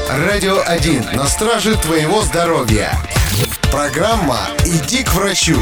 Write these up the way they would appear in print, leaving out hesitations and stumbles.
Радио 1 на страже твоего здоровья. Программа «Иди к врачу».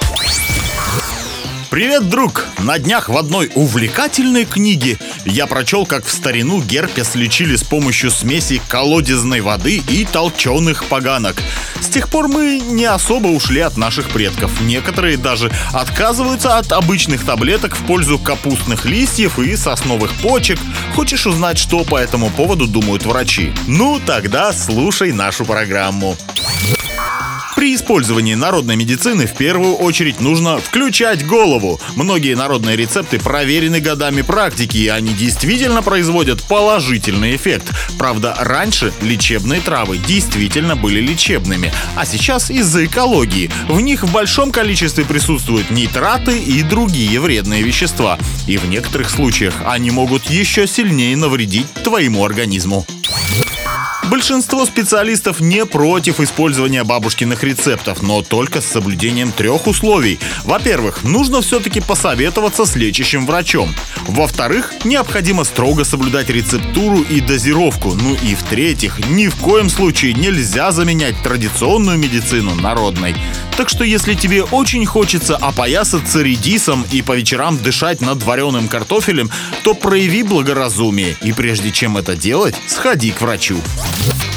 Привет, друг! На днях в одной увлекательной книге я прочел, как в старину герпес лечили с помощью смеси колодезной воды и толченых поганок. С тех пор мы не особо ушли от наших предков. Некоторые даже отказываются от обычных таблеток в пользу капустных листьев и сосновых почек. Хочешь узнать, что по этому поводу думают врачи? Ну, тогда слушай нашу программу. При использовании народной медицины в первую очередь нужно включать голову. Многие народные рецепты проверены годами практики, и они действительно производят положительный эффект. Правда, раньше лечебные травы действительно были лечебными, а сейчас из-за экологии. В них в большом количестве присутствуют нитраты и другие вредные вещества. И в некоторых случаях они могут еще сильнее навредить твоему организму. Большинство специалистов не против использования бабушкиных рецептов, но только с соблюдением 3 условий. Во-первых, нужно все-таки посоветоваться с лечащим врачом. Во-вторых, необходимо строго соблюдать рецептуру и дозировку. Ну и в-третьих, ни в коем случае нельзя заменять традиционную медицину народной. Так что если тебе очень хочется опоясаться редисом и по вечерам дышать над вареным картофелем, то прояви благоразумие и прежде чем это делать, сходи к врачу.